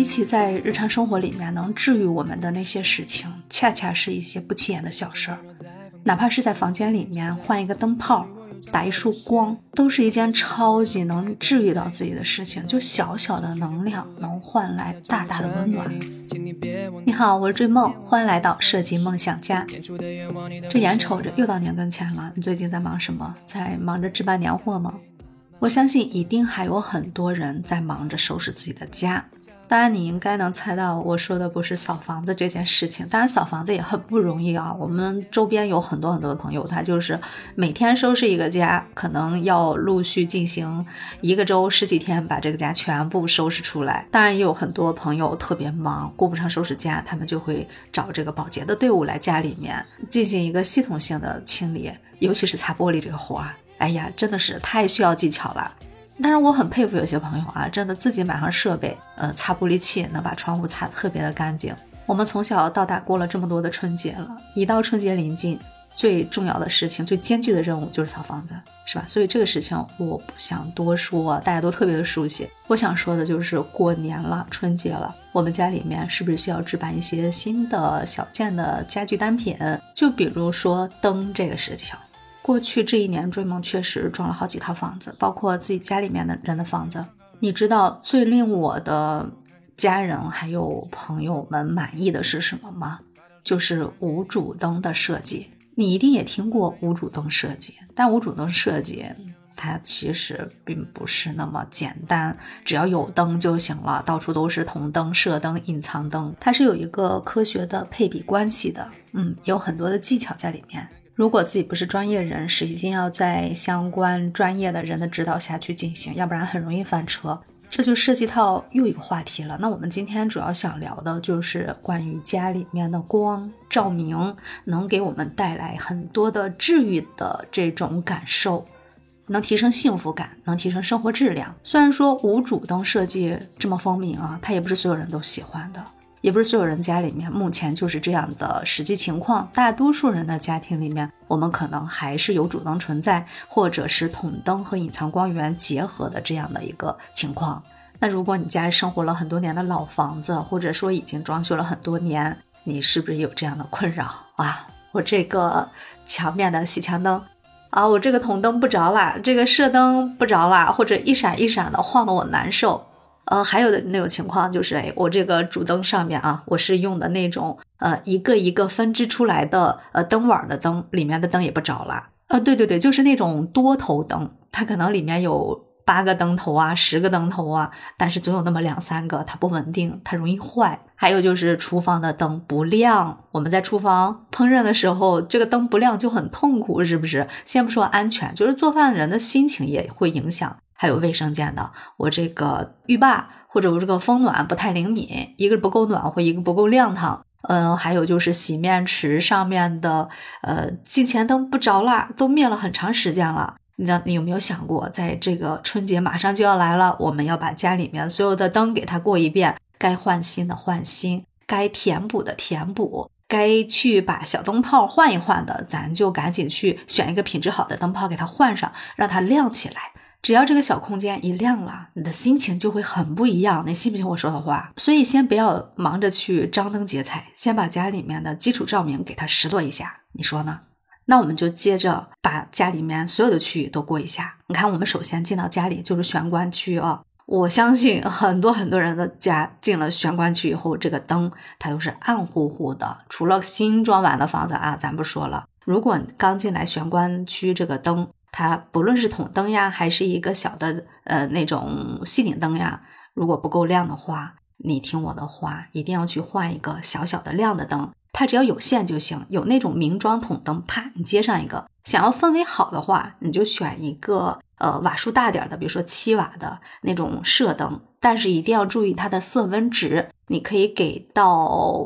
比起在日常生活里面能治愈我们的那些事情，恰恰是一些不起眼的小事儿。哪怕是在房间里面换一个灯泡，打一束光，都是一件超级能治愈到自己的事情。就小小的能量能换来大大的温暖。你好，我是追梦，欢迎来到设计梦想家。这眼瞅着又到年跟前了，你最近在忙什么？在忙着置办年货吗？我相信一定还有很多人在忙着收拾自己的家。当然你应该能猜到我说的不是扫房子这件事情，当然扫房子也很不容易啊。我们周边有很多的朋友，他就是每天收拾一个家，可能要陆续进行一个周10几天把这个家全部收拾出来。当然也有很多朋友特别忙，顾不上收拾家，他们就会找这个保洁的队伍来家里面进行一个系统性的清理，尤其是擦玻璃这个活儿，哎呀真的是太需要技巧了。当然我很佩服有些朋友啊，真的自己买上设备，擦玻璃器能把窗户擦特别的干净。我们从小到大过了这么多的春节了，一到春节临近，最重要的事情，最艰巨的任务就是扫房子，是吧？所以这个事情我不想多说，大家都特别的熟悉。我想说的就是过年了，春节了，我们家里面是不是需要置办一些新的小件的家具单品？就比如说灯这个事情。过去这一年追梦确实装了好几套房子，包括自己家里面的人的房子。你知道最令我的家人还有朋友们满意的是什么吗？就是无主灯的设计。你一定也听过无主灯设计，但无主灯设计它其实并不是那么简单，只要有灯就行了，到处都是筒灯、射灯、隐藏灯，它是有一个科学的配比关系的，有很多的技巧在里面。如果自己不是专业人士，一定要在相关专业的人的指导下去进行，要不然很容易翻车。这就涉及到又一个话题了。那我们今天主要想聊的就是关于家里面的光照明能给我们带来很多的治愈的这种感受，能提升幸福感，能提升生活质量。虽然说无主灯设计这么风靡啊，它也不是所有人都喜欢的，也不是所有人家里面目前就是这样的实际情况。大多数人的家庭里面，我们可能还是有主灯存在，或者是筒灯和隐藏光源结合的这样的一个情况。那如果你家里生活了很多年的老房子，或者说已经装修了很多年，你是不是有这样的困扰啊？我这个墙面的吸墙灯啊，我这个筒灯不着了，这个射灯不着了，或者一闪一闪的晃得我难受。还有的那种情况就是我这个主灯上面啊，我是用的那种一个一个分支出来的灯碗的灯，里面的灯也不着了。对，就是那种多头灯，它可能里面有8个灯头啊，10个灯头啊，但是总有那么2-3个，它不稳定，它容易坏。还有就是厨房的灯不亮，我们在厨房烹饪的时候，这个灯不亮就很痛苦，是不是？先不说安全，就是做饭的人的心情也会影响。还有卫生间的，我这个浴霸或者我这个风暖不太灵敏，一个不够暖和，一个不够亮堂。还有就是洗面池上面的镜前灯不着了，都灭了很长时间了。你有没有想过，在这个春节马上就要来了，我们要把家里面所有的灯给它过一遍，该换新的换新，该填补的填补，该去把小灯泡换一换的，咱就赶紧去选一个品质好的灯泡给它换上，让它亮起来。只要这个小空间一亮了，你的心情就会很不一样，你信不信我说的话？所以先不要忙着去张灯结彩，先把家里面的基础照明给它拾掇一下，你说呢？那我们就接着把家里面所有的区域都过一下。你看我们首先进到家里就是玄关区啊，我相信很多人的家进了玄关区以后，这个灯它都是暗乎乎的，除了新装完的房子啊咱不说了，如果刚进来玄关区，这个灯它不论是筒灯呀，还是一个小的那种吸顶灯呀，如果不够亮的话，你听我的话，一定要去换一个小小的亮的灯，它只要有线就行，有那种明装筒灯，啪你接上一个。想要氛围好的话，你就选一个瓦数大点的，比如说7瓦的那种射灯，但是一定要注意它的色温值，你可以给到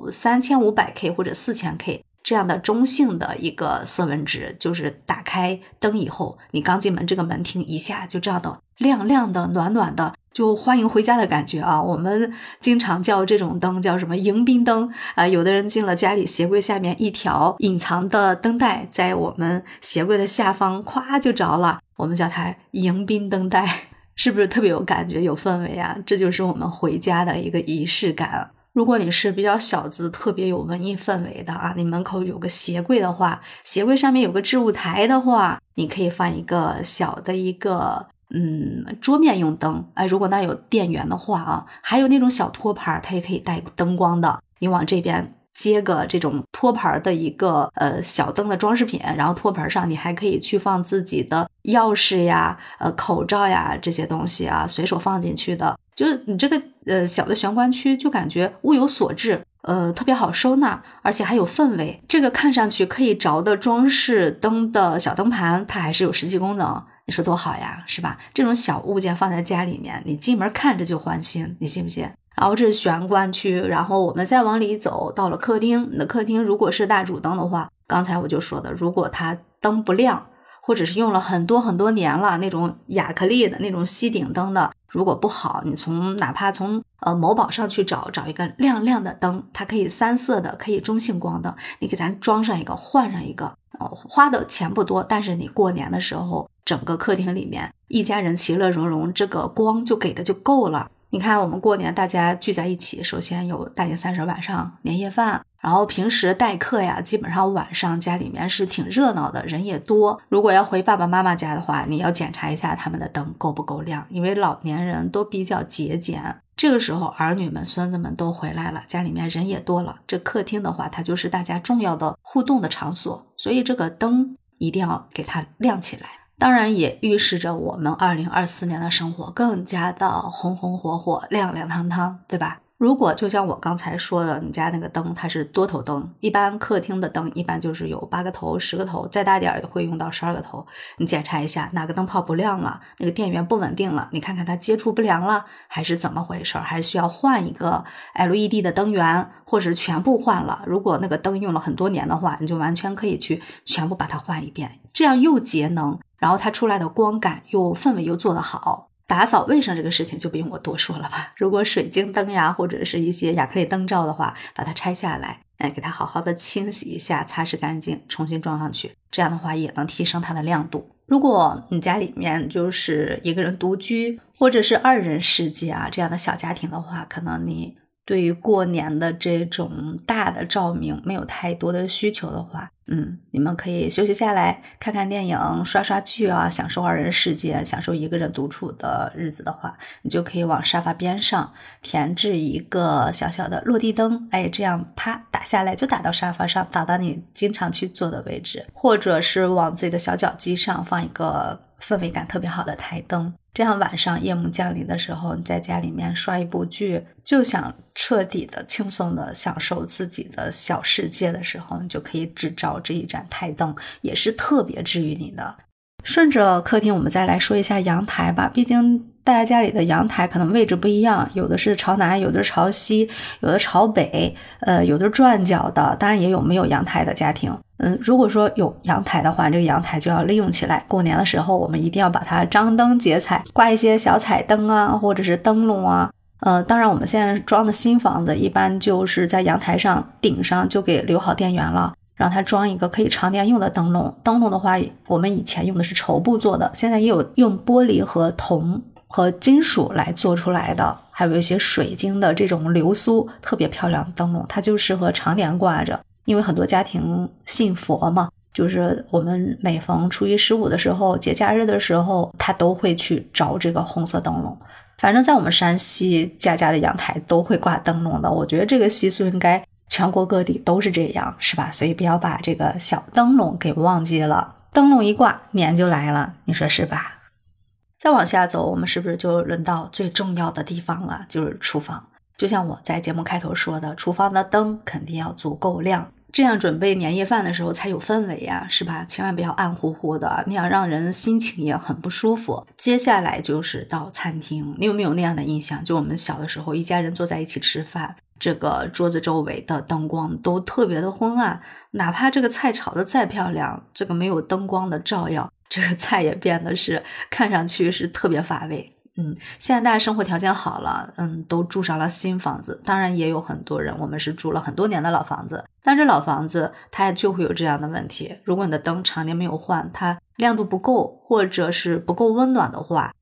3500K 或者4000K这样的中性的一个色温值，就是打开灯以后，你刚进门这个门厅一下就这样的亮亮的暖暖的，就欢迎回家的感觉啊！我们经常叫这种灯叫什么迎宾灯啊、有的人进了家里鞋柜下面一条隐藏的灯带在我们鞋柜的下方咵就着了，我们叫它迎宾灯带。 是不是特别有感觉有氛围啊？这就是我们回家的一个仪式感。如果你是比较小资特别有文艺氛围的啊，你门口有个鞋柜的话，鞋柜上面有个置物台的话，你可以放一个小的一个桌面用灯，如果那有电源的话啊，还有那种小托盘，它也可以带灯光的，你往这边接个这种托盘的一个小灯的装饰品，然后托盘上你还可以去放自己的钥匙呀、口罩呀这些东西啊，随手放进去的，就是你这个小的玄关区就感觉物有所值，特别好收纳，而且还有氛围。这个看上去可以着的装饰灯的小灯盘，它还是有实际功能，你说多好呀，是吧？这种小物件放在家里面，你进门看着就欢心，你信不信？然后这是玄关区，然后我们再往里走，到了客厅。你的客厅如果是大主灯的话，刚才我就说的，如果它灯不亮，或者是用了很多很多年了那种亚克力的那种吸顶灯的，如果不好，你哪怕从某宝上去找一个亮亮的灯，它可以3色的，可以中性光的，你给咱装上一个，换上一个，花的钱不多，但是你过年的时候整个客厅里面一家人其乐融融，这个光就给的就够了。你看我们过年大家聚在一起，首先有大年30晚上年夜饭，然后平时待客呀，基本上晚上家里面是挺热闹的，人也多。如果要回爸爸妈妈家的话，你要检查一下他们的灯够不够亮，因为老年人都比较节俭。这个时候儿女们孙子们都回来了，家里面人也多了，这客厅的话它就是大家重要的互动的场所，所以这个灯一定要给它亮起来。当然也预示着我们2024年的生活更加的红红火火、亮亮堂堂，对吧？如果就像我刚才说的，你家那个灯它是多头灯，一般客厅的灯一般就是有8个头、10个头，再大点也会用到12个头。你检查一下哪个灯泡不亮了，那个电源不稳定了，你看看它接触不良了，还是怎么回事，还是需要换一个 LED 的灯源，或者全部换了。如果那个灯用了很多年的话，你就完全可以去全部把它换一遍，这样又节能，然后它出来的光感又氛围又做得好。打扫卫生这个事情就不用我多说了吧，如果水晶灯呀或者是一些亚克力灯罩的话，把它拆下来，给它好好的清洗一下，擦拭干净，重新装上去，这样的话也能提升它的亮度。如果你家里面就是一个人独居或者是2人世界啊这样的小家庭的话，可能你对于过年的这种大的照明没有太多的需求的话，你们可以休息下来看看电影、刷刷剧啊，享受2人世界，享受一个人独处的日子的话，你就可以往沙发边上填置一个小小的落地灯，这样啪打下来就打到沙发上，打到你经常去坐的位置，或者是往自己的小脚机上放一个氛围感特别好的台灯，这样晚上夜幕降临的时候，你在家里面刷一部剧，就想彻底的轻松的享受自己的小世界的时候，你就可以只照这一盏台灯，也是特别治愈你的。顺着客厅我们再来说一下阳台吧，毕竟大家家里的阳台可能位置不一样，有的是朝南，有的是朝西，有的朝北，有的转角的，当然也有没有阳台的家庭。如果说有阳台的话，这个阳台就要利用起来，过年的时候我们一定要把它张灯结彩，挂一些小彩灯啊，或者是灯笼啊。当然我们现在装的新房子一般就是在阳台上顶上就给留好电源了，让它装一个可以常年用的灯笼。灯笼的话我们以前用的是绸布做的，现在也有用玻璃和铜和金属来做出来的，还有一些水晶的这种流苏特别漂亮的灯笼，它就适合常年挂着。因为很多家庭信佛嘛，就是我们每逢初一15的时候，节假日的时候，他都会去找这个红色灯笼。反正在我们山西家家的阳台都会挂灯笼的，我觉得这个习俗应该全国各地都是这样，是吧？所以不要把这个小灯笼给忘记了，灯笼一挂年就来了，你说是吧？再往下走，我们是不是就轮到最重要的地方了，就是厨房。就像我在节目开头说的，厨房的灯肯定要足够亮，这样准备年夜饭的时候才有氛围呀，是吧？千万不要暗乎乎的，那样让人心情也很不舒服。接下来就是到餐厅，你有没有那样的印象？就我们小的时候一家人坐在一起吃饭，这个桌子周围的灯光都特别的昏暗，哪怕这个菜炒的再漂亮，这个没有灯光的照耀，这个菜也变得是看上去是特别乏味。现在大家生活条件好了，都住上了新房子，当然也有很多人我们是住了很多年的老房子，但这老房子它就会有这样的问题，如果你的灯常年没有换，它亮度不够或者是不够温暖的话，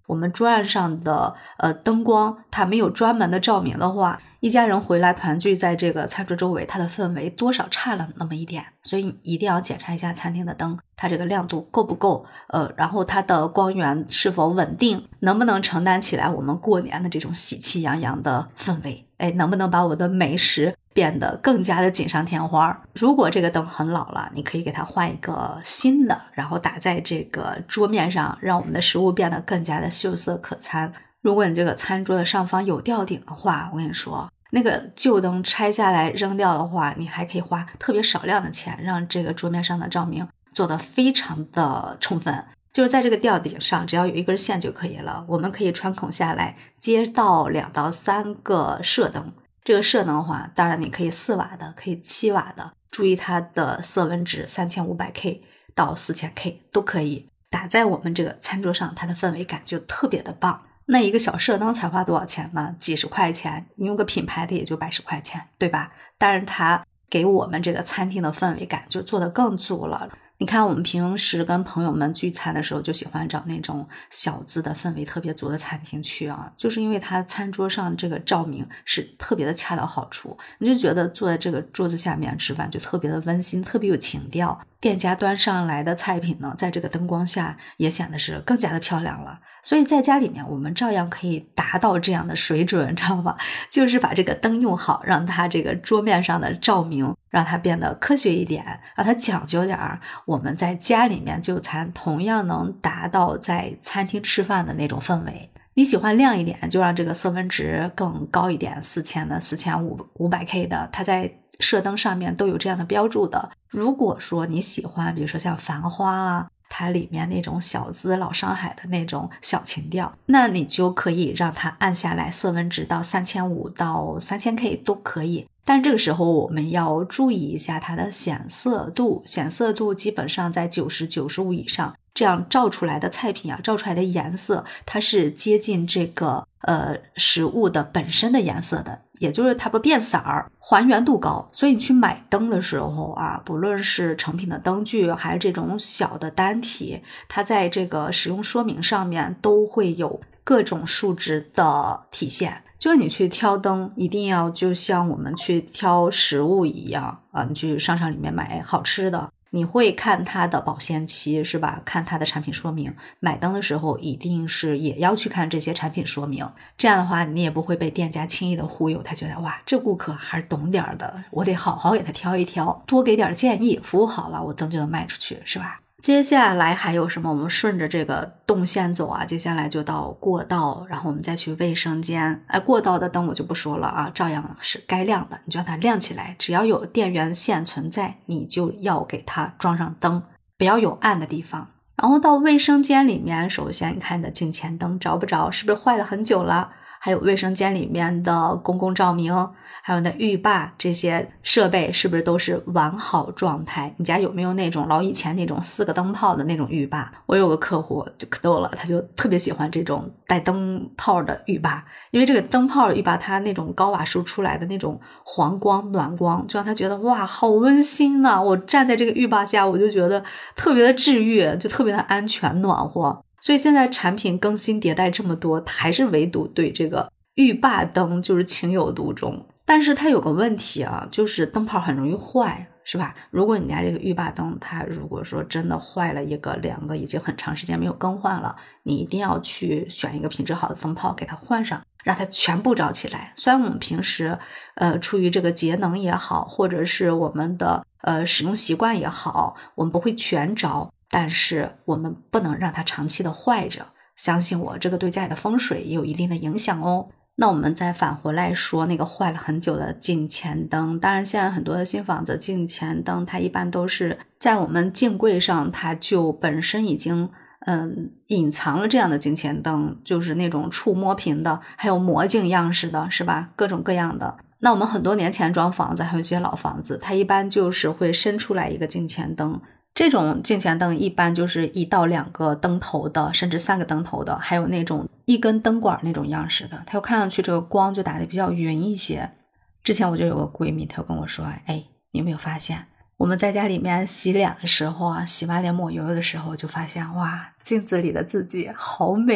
我们桌案上的灯光它没有专门的照明的话，一家人回来团聚在这个餐桌周围，它的氛围多少差了那么一点，所以一定要检查一下餐厅的灯，它这个亮度够不够，然后它的光源是否稳定，能不能承担起来我们过年的这种喜气洋洋的氛围，能不能把我的美食变得更加的锦上添花。如果这个灯很老了，你可以给它换一个新的，然后打在这个桌面上，让我们的食物变得更加的秀色可餐。如果你这个餐桌的上方有吊顶的话，我跟你说，那个旧灯拆下来扔掉的话，你还可以花特别少量的钱，让这个桌面上的照明做得非常的充分。就是在这个吊顶上，只要有一根线就可以了，我们可以穿孔下来接到2到3个射灯。这个射灯的话，当然你可以4瓦的，可以7瓦的，注意它的色温值 3500K 到 4000K 都可以打在我们这个餐桌上，它的氛围感就特别的棒。那一个小射灯才花多少钱呢？几十块钱，你用个品牌的也就110块钱，对吧？但是它给我们这个餐厅的氛围感就做得更足了。你看我们平时跟朋友们聚餐的时候，就喜欢找那种小资的氛围特别足的餐厅去啊，就是因为它餐桌上这个照明是特别的恰到好处，你就觉得坐在这个桌子下面吃饭就特别的温馨，特别有情调。店家端上来的菜品呢，在这个灯光下也显得是更加的漂亮了。所以在家里面我们照样可以达到这样的水准，知道吧？就是把这个灯用好，让它这个桌面上的照明让它变得科学一点，让它讲究点儿，我们在家里面就餐同样能达到在餐厅吃饭的那种氛围。你喜欢亮一点，就让这个色温值更高一点，4000的、4500K 的，它在射灯上面都有这样的标注的。如果说你喜欢比如说像繁花啊，它里面那种小资老上海的那种小情调，那你就可以让它按下来，色温值到3500到3000K 都可以。但这个时候我们要注意一下它的显色度，显色度基本上在90、95以上，这样照出来的菜品啊，照出来的颜色它是接近这个食物的本身的颜色的，也就是它不变色儿，还原度高。所以你去买灯的时候啊，不论是成品的灯具还是这种小的单体，它在这个使用说明上面都会有各种数值的体现。就是你去挑灯一定要就像我们去挑食物一样啊，你去商场里面买好吃的，你会看它的保鲜期是吧？看它的产品说明，买灯的时候一定是也要去看这些产品说明，这样的话你也不会被店家轻易的忽悠，他觉得哇，这顾客还是懂点的，我得好好给他挑一挑，多给点建议，服务好了我灯就能卖出去，是吧？接下来还有什么？我们顺着这个动线走啊，接下来就到过道，然后我们再去卫生间。过道的灯我就不说了啊，照样是该亮的，你就让它亮起来。只要有电源线存在，你就要给它装上灯，不要有暗的地方。然后到卫生间里面，首先你看你的镜前灯着不着，是不是坏了很久了？还有卫生间里面的公共照明，还有你的浴霸，这些设备是不是都是完好状态？你家有没有那种老以前那种4个灯泡的那种浴霸？我有个客户就可逗了，他就特别喜欢这种带灯泡的浴霸，因为这个灯泡的浴霸它那种高瓦数出来的那种黄光暖光，就让他觉得哇好温馨啊，我站在这个浴霸下我就觉得特别的治愈，就特别的安全暖和。所以现在产品更新迭代这么多，它还是唯独对这个浴霸灯就是情有独钟。但是它有个问题啊，就是灯泡很容易坏，是吧？如果你家这个浴霸灯它如果说真的坏了1个2个，已经很长时间没有更换了，你一定要去选一个品质好的灯泡给它换上，让它全部着起来。虽然我们平时出于这个节能也好，或者是我们的使用习惯也好，我们不会全着，但是我们不能让它长期的坏着，相信我，这个对家里的风水也有一定的影响哦。那我们再返回来说那个坏了很久的镜前灯，当然现在很多的新房子镜前灯它一般都是在我们镜柜上，它就本身已经隐藏了这样的镜前灯，就是那种触摸屏的，还有魔镜样式的，是吧？各种各样的。那我们很多年前装房子，还有一些老房子，它一般就是会伸出来一个镜前灯，这种镜前灯一般就是1到2个灯头的，甚至3个灯头的，还有那种1根灯管那种样式的，它又看上去这个光就打得比较匀一些。之前我就有个闺蜜，她就跟我说，你有没有发现我们在家里面洗脸的时候啊，洗完脸抹油油的时候就发现哇，镜子里的自己好美呀，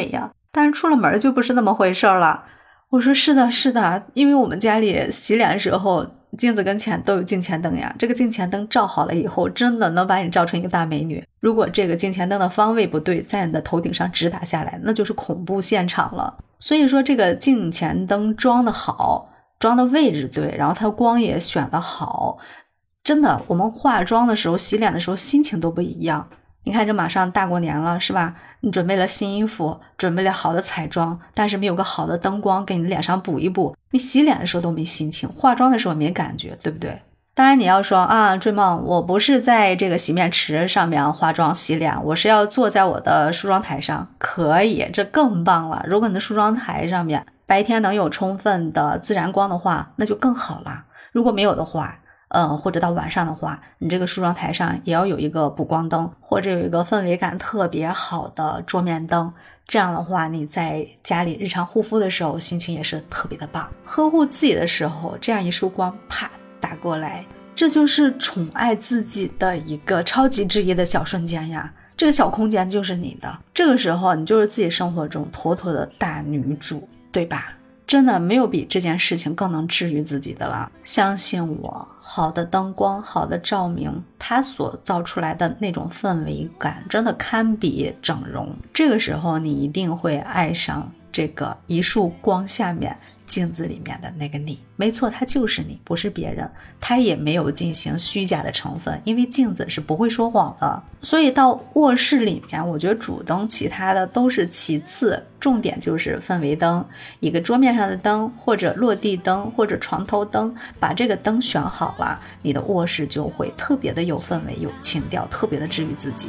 但是出了门就不是那么回事了。我说是的是的，因为我们家里洗脸的时候镜子跟前都有镜前灯呀，这个镜前灯照好了以后真的能把你照成一个大美女，如果这个镜前灯的方位不对，在你的头顶上直打下来，那就是恐怖现场了。所以说这个镜前灯装的好，装的位置对，然后它光也选的好，真的我们化妆的时候洗脸的时候心情都不一样。你看这马上大过年了是吧，你准备了新衣服，准备了好的彩妆，但是没有个好的灯光给你脸上补一补，你洗脸的时候都没心情，化妆的时候没感觉，对不对？当然你要说啊，追梦，我不是在这个洗面池上面化妆洗脸，我是要坐在我的梳妆台上，可以，这更棒了。如果你的梳妆台上面白天能有充分的自然光的话，那就更好了。如果没有的话，或者到晚上的话，你这个梳妆台上也要有一个补光灯，或者有一个氛围感特别好的桌面灯，这样的话你在家里日常护肤的时候心情也是特别的棒。呵护自己的时候，这样一束光啪打过来，这就是宠爱自己的一个超级治愈的小瞬间呀。这个小空间就是你的，这个时候你就是自己生活中妥妥的大女主，对吧？真的没有比这件事情更能治愈自己的了。相信我，好的灯光，好的照明，它所造出来的那种氛围感真的堪比整容。这个时候你一定会爱上这个一束光下面镜子里面的那个你。没错，它就是你，不是别人，它也没有进行虚假的成分，因为镜子是不会说谎的。所以到卧室里面，我觉得主灯其他的都是其次，重点就是氛围灯，一个桌面上的灯，或者落地灯，或者床头灯，把这个灯选好了，你的卧室就会特别的有氛围，有情调，特别的治愈自己。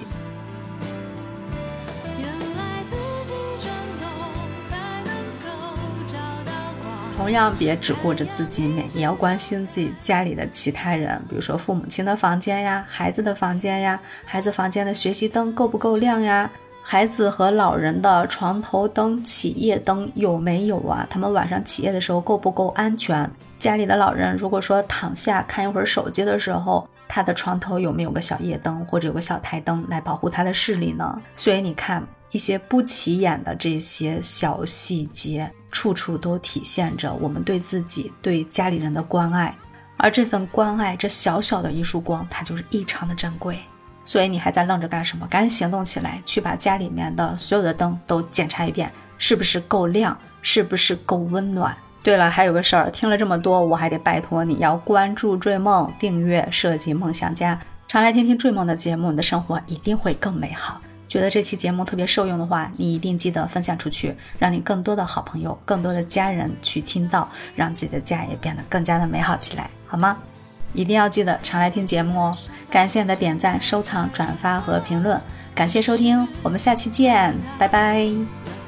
同样别只顾着自己美，也要关心自己家里的其他人，比如说父母亲的房间呀，孩子的房间呀，孩子房间的学习灯够不够亮呀，孩子和老人的床头灯、起夜灯有没有啊，他们晚上起夜的时候够不够安全，家里的老人如果说躺下看一会儿手机的时候，他的床头有没有个小夜灯或者有个小台灯来保护他的视力呢？所以你看一些不起眼的这些小细节，处处都体现着我们对自己对家里人的关爱，而这份关爱，这小小的一束光，它就是异常的珍贵。所以你还在愣着干什么？赶紧行动起来，去把家里面的所有的灯都检查一遍，是不是够亮，是不是够温暖。对了，还有个事儿，听了这么多，我还得拜托你要关注追梦，订阅设计梦想家，常来听听追梦的节目，你的生活一定会更美好。觉得这期节目特别受用的话，你一定记得分享出去，让你更多的好朋友，更多的家人去听到，让自己的家也变得更加的美好起来，好吗？一定要记得常来听节目哦。感谢你的点赞、收藏、转发和评论，感谢收听，我们下期见，拜拜。